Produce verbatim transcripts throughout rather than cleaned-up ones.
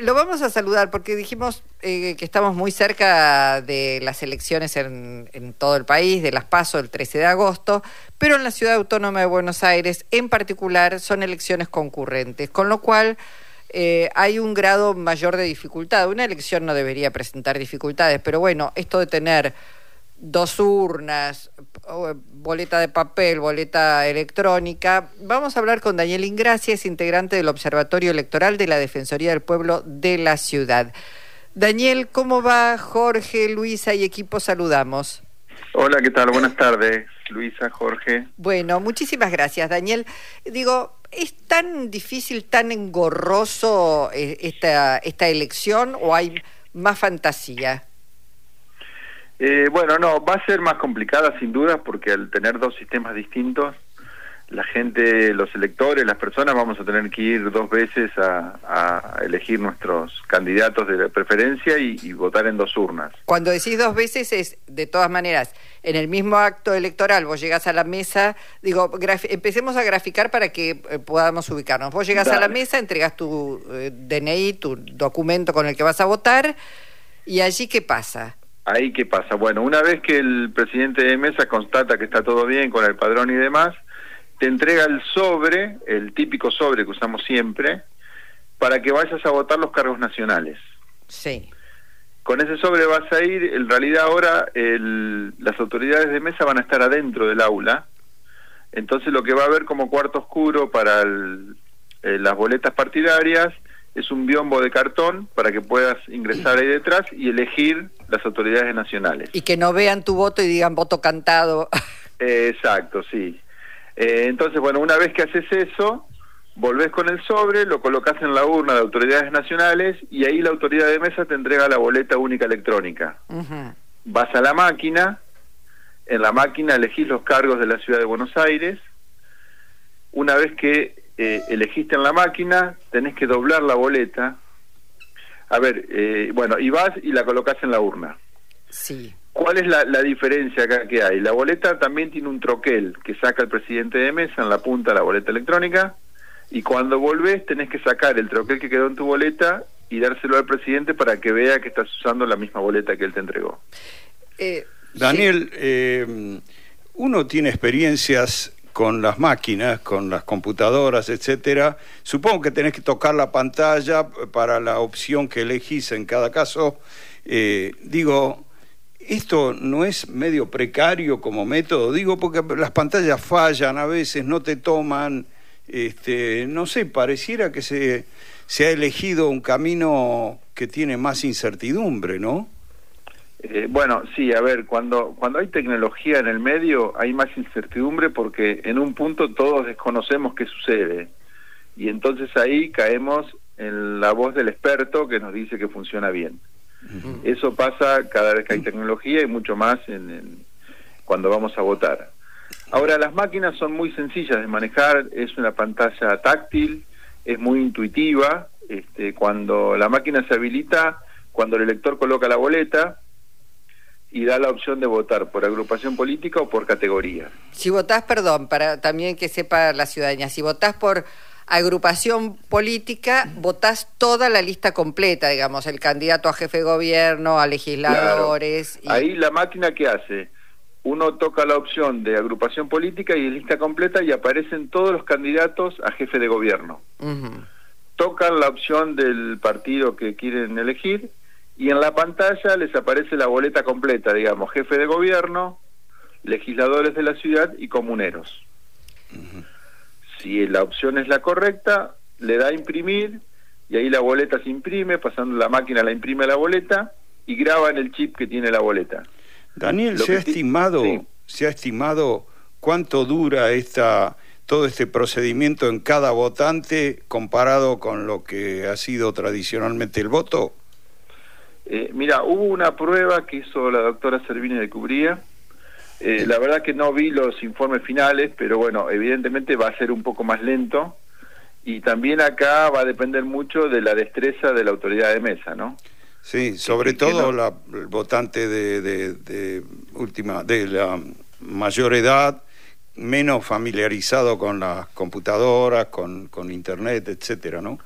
lo vamos a saludar porque dijimos eh, que estamos muy cerca de las elecciones en, en todo el país, de las PASO el trece de agosto, pero en la Ciudad Autónoma de Buenos Aires en particular son elecciones concurrentes, con lo cual eh, hay un grado mayor de dificultad. Una elección no debería presentar dificultades, pero bueno, esto de tener dos urnas, boleta de papel, boleta electrónica. Vamos a hablar con Daniel Ingracia, es integrante del Observatorio Electoral de la Defensoría del Pueblo de la ciudad. Daniel, ¿cómo va? Jorge, Luisa y equipo, saludamos. Hola, ¿qué tal? Buenas tardes, Luisa, Jorge. Bueno, muchísimas gracias, Daniel. Digo, ¿es tan difícil, tan engorroso eh, esta, esta elección o hay más fantasía? Eh, bueno, no, va a ser más complicada sin duda porque al tener dos sistemas distintos, la gente, los electores, las personas vamos a tener que ir dos veces a, a elegir nuestros candidatos de preferencia y, y votar en dos urnas. Cuando decís dos veces es, de todas maneras, en el mismo acto electoral vos llegás a la mesa, digo, empecemos a graficar para que eh, podamos ubicarnos. Vos llegás Dale. a la mesa, entregás tu eh, D N I, tu documento con el que vas a votar, y allí ¿qué pasa? Ahí, ¿qué pasa? Bueno, una vez que el presidente de mesa constata que está todo bien con el padrón y demás, te entrega el sobre, el típico sobre que usamos siempre, para que vayas a votar los cargos nacionales. Sí. Con ese sobre vas a ir, en realidad ahora el, las autoridades de mesa van a estar adentro del aula, entonces lo que va a haber como cuarto oscuro para el, eh, las boletas partidarias es un biombo de cartón para que puedas ingresar ahí detrás y elegir las autoridades nacionales. Y que no vean tu voto y digan voto cantado. Eh, exacto, sí. Eh, entonces, bueno, una vez que haces eso, volvés con el sobre, lo colocás en la urna de autoridades nacionales y ahí la autoridad de mesa te entrega la boleta única electrónica. Uh-huh. Vas a la máquina, en la máquina elegís los cargos de la Ciudad de Buenos Aires. Una vez que eh, elegiste en la máquina, tenés que doblar la boleta. A ver, eh, bueno, y vas y la colocás en la urna. Sí. ¿Cuál es la, la diferencia acá que hay? La boleta también tiene un troquel que saca el presidente de mesa en la punta de la boleta electrónica, y cuando volvés tenés que sacar el troquel que quedó en tu boleta y dárselo al presidente para que vea que estás usando la misma boleta que él te entregó. Eh, Daniel, sí. eh, uno tiene experiencias con las máquinas, con las computadoras, etcétera. Supongo que tenés que tocar la pantalla para la opción que elegís en cada caso. Eh, digo, ¿esto no es medio precario como método? Digo, porque las pantallas fallan a veces, no te toman, este, no sé, pareciera que se, se ha elegido un camino que tiene más incertidumbre, ¿no? Eh, bueno, sí, a ver, cuando cuando hay tecnología en el medio hay más incertidumbre porque en un punto todos desconocemos qué sucede y entonces ahí caemos en la voz del experto que nos dice que funciona bien. Uh-huh. Eso pasa cada vez que hay tecnología y mucho más en, en cuando vamos a votar. Ahora, las máquinas son muy sencillas de manejar, es una pantalla táctil, es muy intuitiva. Este, cuando la máquina se habilita, cuando el elector coloca la boleta y da la opción de votar por agrupación política o por categoría. Si votás, perdón, para también que sepa la ciudadanía, si votás por agrupación política, votás toda la lista completa, digamos, el candidato a jefe de gobierno, a legisladores. Claro. Y... ahí la máquina, ¿qué hace? Uno toca la opción de agrupación política y lista completa y aparecen todos los candidatos a jefe de gobierno. Uh-huh. Tocan la opción del partido que quieren elegir y en la pantalla les aparece la boleta completa, digamos, jefe de gobierno, legisladores de la ciudad y comuneros. Uh-huh. Si la opción es la correcta, le da a imprimir y ahí la boleta se imprime, pasando la máquina la imprime la boleta y graba en el chip que tiene la boleta. Daniel, ¿se ha estimado, sí. se ha estimado cuánto dura esta todo este procedimiento en cada votante comparado con lo que ha sido tradicionalmente el voto? Eh, mira, hubo una prueba que hizo la doctora Servini de Cubría. Eh, la verdad que no vi los informes finales, pero bueno, evidentemente va a ser un poco más lento y también acá va a depender mucho de la destreza de la autoridad de mesa, ¿no? Sí, sobre que, todo que no... la, el votante de, de, de última, de la mayor edad, menos familiarizado con las computadoras, con, con internet, etcétera, ¿no?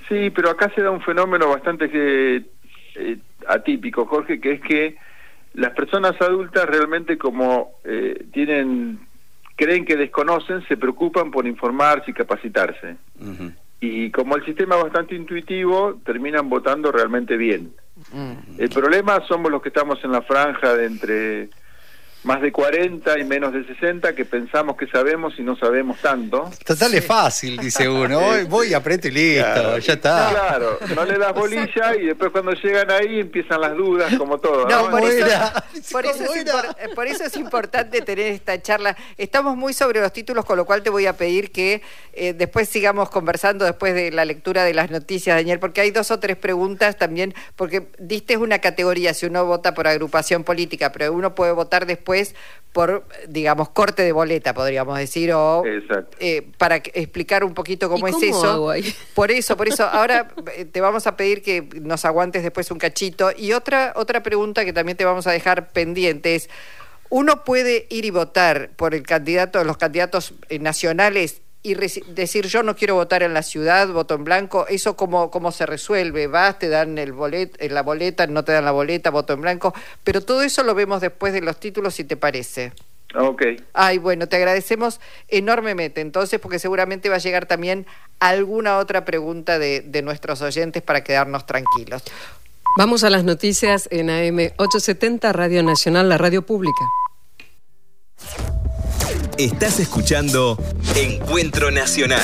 Sí, pero acá se da un fenómeno bastante que, eh, atípico, Jorge, que es que las personas adultas realmente como eh, tienen, creen que desconocen, se preocupan por informarse y capacitarse. Uh-huh. Y como el sistema es bastante intuitivo, terminan votando realmente bien. Uh-huh. El problema somos los que estamos en la franja de entre más de cuarenta y menos de sesenta, que pensamos que sabemos y no sabemos tanto. Total, es fácil, dice uno. Voy, voy, aprieto y listo, claro, ya está. Claro, no le das bolilla y después cuando llegan ahí empiezan las dudas, como todo. No, ¿no? por, eso, por, eso es impor, por eso es importante tener esta charla. Estamos muy sobre los títulos, con lo cual te voy a pedir que eh, después sigamos conversando después de la lectura de las noticias, Daniel, porque hay dos o tres preguntas también, porque diste una categoría, si uno vota por agrupación política, pero uno puede votar después por, digamos, corte de boleta, podríamos decir, o eh, para explicar un poquito cómo, cómo es eso. Hago ahí? Por eso, por eso, ahora te vamos a pedir que nos aguantes después un cachito. Y otra, otra pregunta que también te vamos a dejar pendiente es, ¿uno puede ir y votar por el candidato, los candidatos eh, nacionales y decir yo no quiero votar en la ciudad, voto en blanco? ¿Eso cómo, cómo se resuelve? ¿Vas, te dan el bolet, la boleta, no te dan la boleta, voto en blanco? Pero todo eso lo vemos después de los títulos, si te parece. Ok. Ay, bueno, te agradecemos enormemente entonces, porque seguramente va a llegar también alguna otra pregunta de, de nuestros oyentes para quedarnos tranquilos. Vamos a las noticias en A M ochocientos setenta, Radio Nacional, la radio pública. Estás escuchando Encuentro Nacional.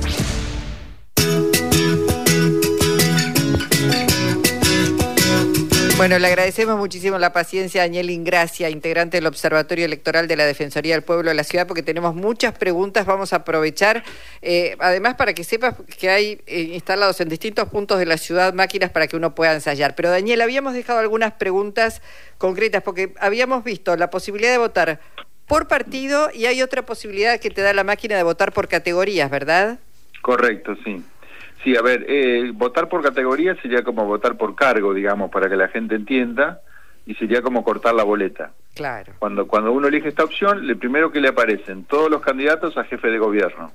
Bueno, le agradecemos muchísimo la paciencia a Daniel Ingracia, integrante del Observatorio Electoral de la Defensoría del Pueblo de la Ciudad, porque tenemos muchas preguntas, vamos a aprovechar. Eh, además, para que sepas que hay eh, instalados en distintos puntos de la ciudad máquinas para que uno pueda ensayar. Pero, Daniel, habíamos dejado algunas preguntas concretas, porque habíamos visto la posibilidad de votar por partido y hay otra posibilidad que te da la máquina de votar por categorías, ¿verdad? Correcto, sí. Sí, a ver, eh, votar por categoría sería como votar por cargo, digamos, para que la gente entienda, y sería como cortar la boleta. Claro. Cuando, cuando uno elige esta opción, lo primero que le aparecen todos los candidatos a jefe de gobierno.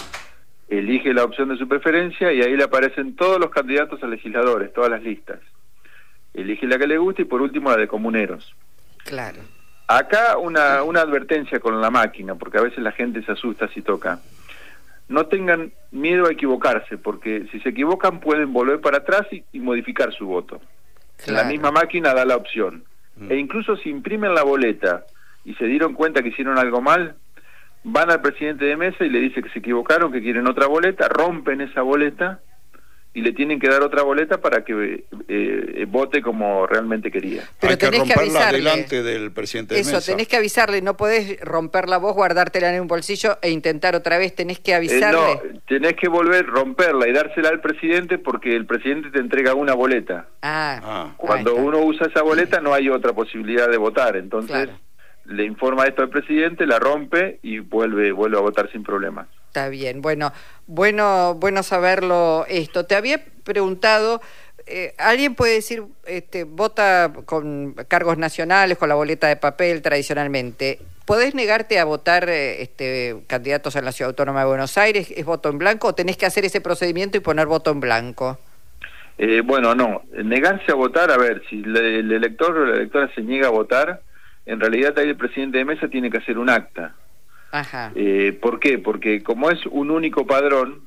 Elige la opción de su preferencia y ahí le aparecen todos los candidatos a legisladores, todas las listas. Elige la que le guste y por último la de comuneros. Claro. Acá una, una advertencia con la máquina, porque a veces la gente se asusta si toca. No tengan miedo a equivocarse, porque si se equivocan pueden volver para atrás y, y modificar su voto. Claro. La misma máquina da la opción. Mm. E incluso si imprimen la boleta y se dieron cuenta que hicieron algo mal, van al presidente de mesa y le dice que se equivocaron, que quieren otra boleta, rompen esa boleta y le tienen que dar otra boleta para que eh, vote como realmente quería. Pero hay que romperla delante del presidente de Eso, mesa. tenés que avisarle, no podés romperla vos, guardártela en un bolsillo e intentar otra vez, tenés que avisarle. Eh, no, tenés que volver, romperla y dársela al presidente porque el presidente te entrega una boleta. Ah, ah. Cuando uno usa esa boleta no hay otra posibilidad de votar, entonces claro. Le informa esto al presidente, la rompe y vuelve, vuelve a votar sin problemas. Está bien, bueno, bueno, bueno saberlo esto. Te había preguntado, eh, alguien puede decir, este, vota con cargos nacionales, con la boleta de papel tradicionalmente. ¿Podés negarte a votar eh, este, candidatos en la Ciudad Autónoma de Buenos Aires? ¿Es voto en blanco o tenés que hacer ese procedimiento y poner voto en blanco? Eh, bueno, no, negarse a votar, a ver, si le, el elector o la electora se niega a votar, en realidad ahí el presidente de mesa tiene que hacer un acta. Ajá. Eh, ¿Por qué? Porque como es un único padrón,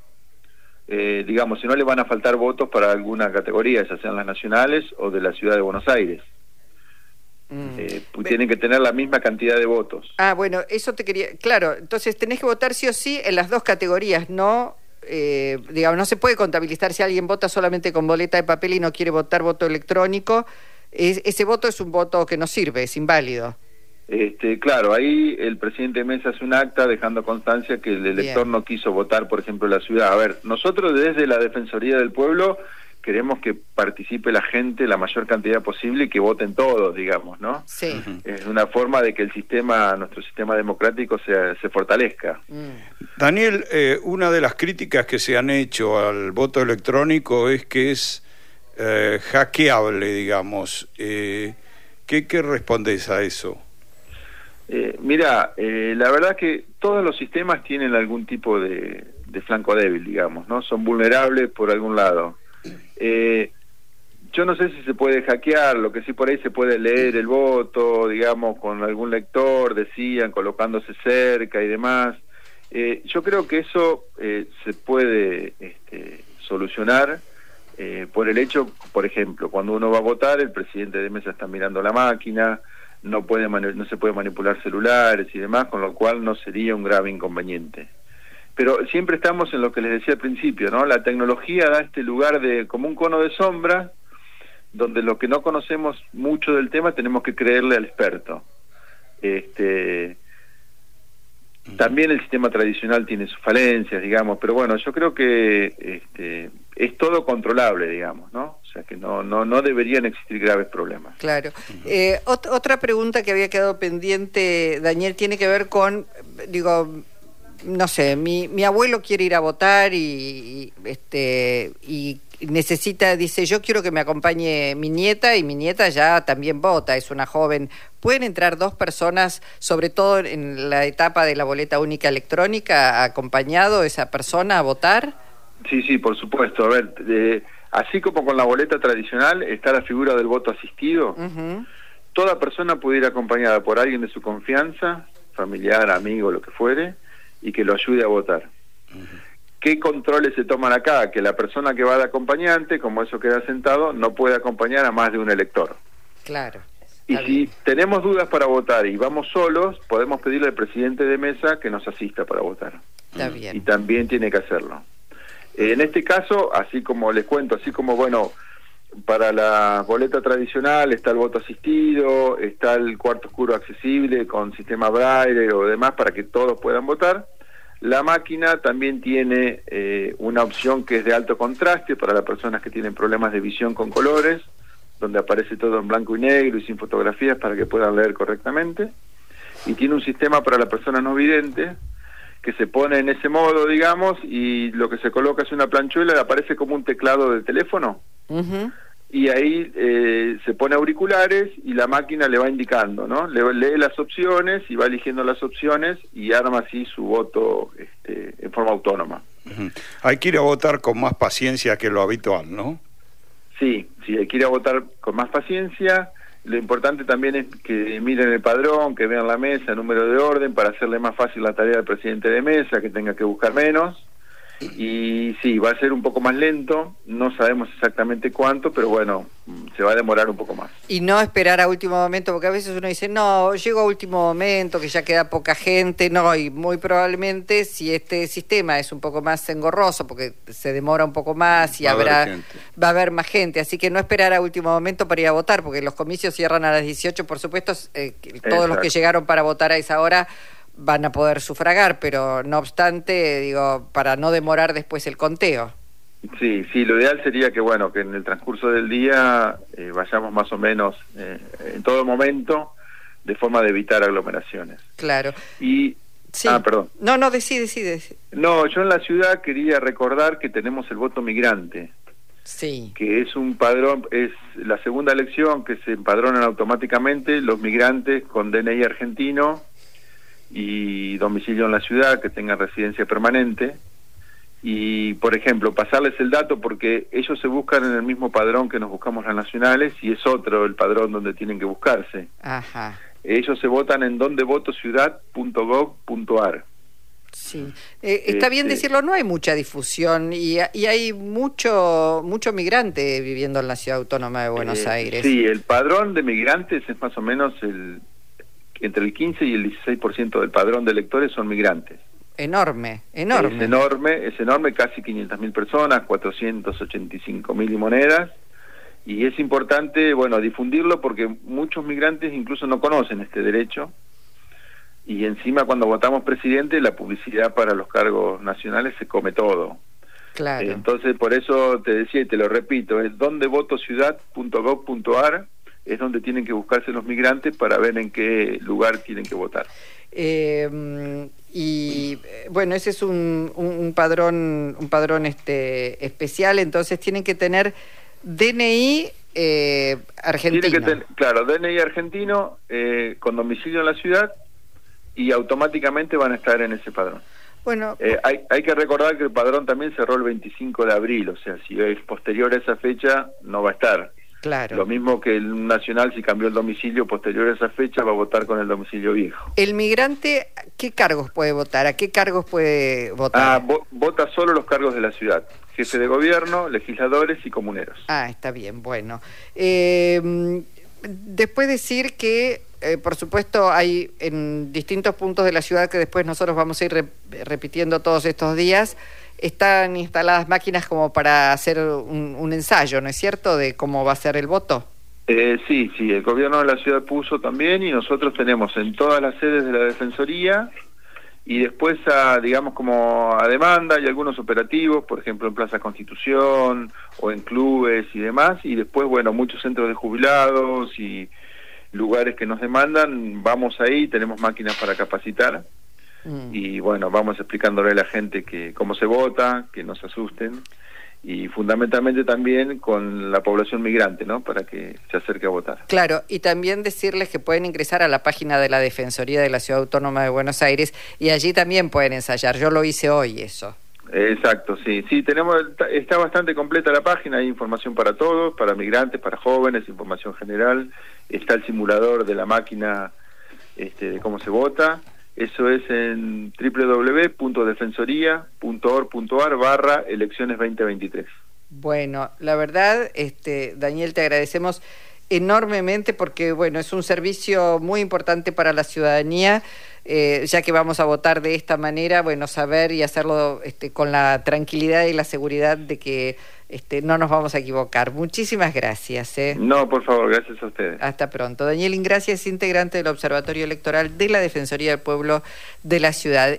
eh, digamos, si no le van a faltar votos para alguna categoría, ya sean las nacionales o de la Ciudad de Buenos Aires. Mm. Eh, tienen que tener la misma cantidad de votos. Ah, bueno, eso te quería... Claro, entonces tenés que votar sí o sí en las dos categorías, no... Eh, digamos, no se puede contabilizar si alguien vota solamente con boleta de papel y no quiere votar voto electrónico. Es, ese voto es un voto que no sirve, es inválido. Este, claro, ahí el presidente de mesa hace un acta dejando constancia que el elector Bien. no quiso votar, por ejemplo, en la ciudad. A ver, nosotros desde la Defensoría del Pueblo queremos que participe la gente la mayor cantidad posible y que voten todos, digamos, ¿no? Sí. Es una forma de que el sistema, nuestro sistema democrático se, se fortalezca. Mm. Daniel, eh, una de las críticas que se han hecho al voto electrónico es que es eh, hackeable, digamos. Eh, ¿qué, ¿Qué respondés a eso? Eh, mira, eh, la verdad que todos los sistemas tienen algún tipo de, de flanco débil, digamos, ¿no? Son vulnerables por algún lado. Eh, yo no sé si se puede hackear, lo que sí por ahí se puede leer el voto, digamos, con algún lector, decían, colocándose cerca y demás. Eh, yo creo que eso eh, se puede este, solucionar eh, por el hecho, por ejemplo, cuando uno va a votar, el presidente de mesa está mirando la máquina, no puede mani- no se puede manipular celulares y demás, con lo cual no sería un grave inconveniente. Pero siempre estamos en lo que les decía al principio, ¿no? La tecnología da este lugar de como un cono de sombra, donde lo que no conocemos mucho del tema tenemos que creerle al experto. Este, también el sistema tradicional tiene sus falencias, digamos, pero bueno, yo creo que este, es todo controlable, digamos, ¿no? O sea que no no no deberían existir graves problemas. Claro. Eh, ot- otra pregunta que había quedado pendiente, Daniel, tiene que ver con, digo, no sé, mi, mi abuelo quiere ir a votar y, y este y necesita, dice, yo quiero que me acompañe mi nieta, y mi nieta ya también vota, es una joven. ¿Pueden entrar dos personas, sobre todo en la etapa de la boleta única electrónica, acompañado esa persona a votar? Sí, sí, por supuesto. A ver, eh, así como con la boleta tradicional está la figura del voto asistido, uh-huh. Toda persona puede ir acompañada por alguien de su confianza, familiar, amigo, lo que fuere, y que lo ayude a votar. Uh-huh. ¿Qué controles se toman acá? Que la persona que va de acompañante, como eso queda sentado, no puede acompañar a más de un elector. Claro. Y si bien tenemos dudas para votar y vamos solos, podemos pedirle al presidente de mesa que nos asista para votar. Está bien. Y también tiene que hacerlo. Eh, en este caso, así como les cuento, así como, bueno, para la boleta tradicional está el voto asistido, está el cuarto oscuro accesible con sistema braille o demás para que todos puedan votar. La máquina también tiene eh, una opción que es de alto contraste para las personas que tienen problemas de visión con colores, donde aparece todo en blanco y negro y sin fotografías para que puedan leer correctamente. Y tiene un sistema para la persona no vidente que se pone en ese modo, digamos, y lo que se coloca es una planchuela, aparece como un teclado de teléfono. Uh-huh. Y ahí eh, se pone auriculares y la máquina le va indicando, ¿no? Le lee las opciones y va eligiendo las opciones y arma así su voto este, en forma autónoma. Uh-huh. Hay que ir a votar con más paciencia que lo habitual, ¿no? Sí, sí, hay que ir a votar con más paciencia. Lo importante también es que miren el padrón, que vean la mesa, el número de orden, para hacerle más fácil la tarea al presidente de mesa, que tenga que buscar menos. Y sí, va a ser un poco más lento, no sabemos exactamente cuánto, pero bueno, se va a demorar un poco más. Y no esperar a último momento, porque a veces uno dice, no, llego a último momento, que ya queda poca gente, no, y muy probablemente si este sistema es un poco más engorroso, porque se demora un poco más y va habrá va a haber más gente, así que no esperar a último momento para ir a votar, porque los comicios cierran a las dieciocho, por supuesto, eh, todos Exacto. los que llegaron para votar a esa hora van a poder sufragar, pero no obstante, digo, para no demorar después el conteo. Sí, sí, lo ideal sería que, bueno, que en el transcurso del día eh, vayamos más o menos eh, en todo momento, de forma de evitar aglomeraciones. Claro. Y... Sí. Ah, perdón. No, no, decide, decide. No, yo en la ciudad quería recordar que tenemos el voto migrante. Sí. Que es un padrón, es la segunda elección que se empadronan automáticamente los migrantes con D N I argentino y domicilio en la ciudad, que tengan residencia permanente, y por ejemplo pasarles el dato, porque ellos se buscan en el mismo padrón que nos buscamos las nacionales y es otro el padrón donde tienen que buscarse. Ajá. Ellos se votan en donde voto ciudad punto gov punto ar. Sí, eh, está este, bien decirlo, no hay mucha difusión y, y hay mucho mucho migrante viviendo en la ciudad autónoma de Buenos eh, Aires. Sí, el padrón de migrantes es más o menos el entre el quince y el dieciséis por ciento del padrón de electores son migrantes. Enorme, enorme. Es enorme, es enorme, casi quinientas mil personas, cuatrocientos ochenta y cinco mil y monedas, y es importante, bueno, difundirlo porque muchos migrantes incluso no conocen este derecho, y encima cuando votamos presidente, la publicidad para los cargos nacionales se come todo. Claro. Entonces, por eso te decía y te lo repito, es donde voto ciudad punto gov punto ar, es donde tienen que buscarse los migrantes para ver en qué lugar tienen que votar. Eh, y bueno, ese es un, un, un padrón un padrón este especial, entonces tienen que tener D N I eh, argentino. Tiene que ten, claro, D N I argentino eh, con domicilio en la ciudad y automáticamente van a estar en ese padrón. Bueno, eh, hay, hay que recordar que el padrón también cerró el veinticinco de abril, o sea, si es posterior a esa fecha, no va a estar. claro. Lo mismo que el nacional, si cambió el domicilio posterior a esa fecha, va a votar con el domicilio viejo. El migrante, ¿qué cargos puede votar? ¿A qué cargos puede votar? Ah, vo vota solo los cargos de la ciudad, jefe de gobierno, legisladores y comuneros. Ah, está bien, bueno. Eh, después decir que, eh, por supuesto, hay en distintos puntos de la ciudad que después nosotros vamos a ir re repitiendo todos estos días, están instaladas máquinas como para hacer un, un ensayo, ¿no es cierto?, de cómo va a ser el voto. Eh, sí, sí, el gobierno de la ciudad puso también y nosotros tenemos en todas las sedes de la Defensoría y después, a, digamos, como a demanda y algunos operativos, por ejemplo, en Plaza Constitución o en clubes y demás, y después, bueno, muchos centros de jubilados y lugares que nos demandan, vamos ahí, tenemos máquinas para capacitar. Mm. Y bueno, vamos explicándole a la gente que cómo se vota, que no se asusten, y fundamentalmente también con la población migrante, ¿no?, para que se acerque a votar. Claro, y también decirles que pueden ingresar a la página de la Defensoría de la Ciudad Autónoma de Buenos Aires y allí también pueden ensayar. Yo lo hice hoy eso. Exacto, sí, sí, tenemos, está bastante completa la página, hay información para todos, para migrantes, para jóvenes, información general, está el simulador de la máquina, este, de cómo se vota. Eso es en doble u doble u doble u punto defensoría punto org punto ar barra elecciones veinte veintitrés. Bueno, la verdad, este, Daniel, te agradecemos enormemente porque, bueno, es un servicio muy importante para la ciudadanía, eh, ya que vamos a votar de esta manera, bueno, saber y hacerlo este, con la tranquilidad y la seguridad de que este, no nos vamos a equivocar. Muchísimas gracias. ¿eh? No, por favor, gracias a ustedes. Hasta pronto. Daniel Ingracia es integrante del Observatorio Electoral de la Defensoría del Pueblo de la Ciudad.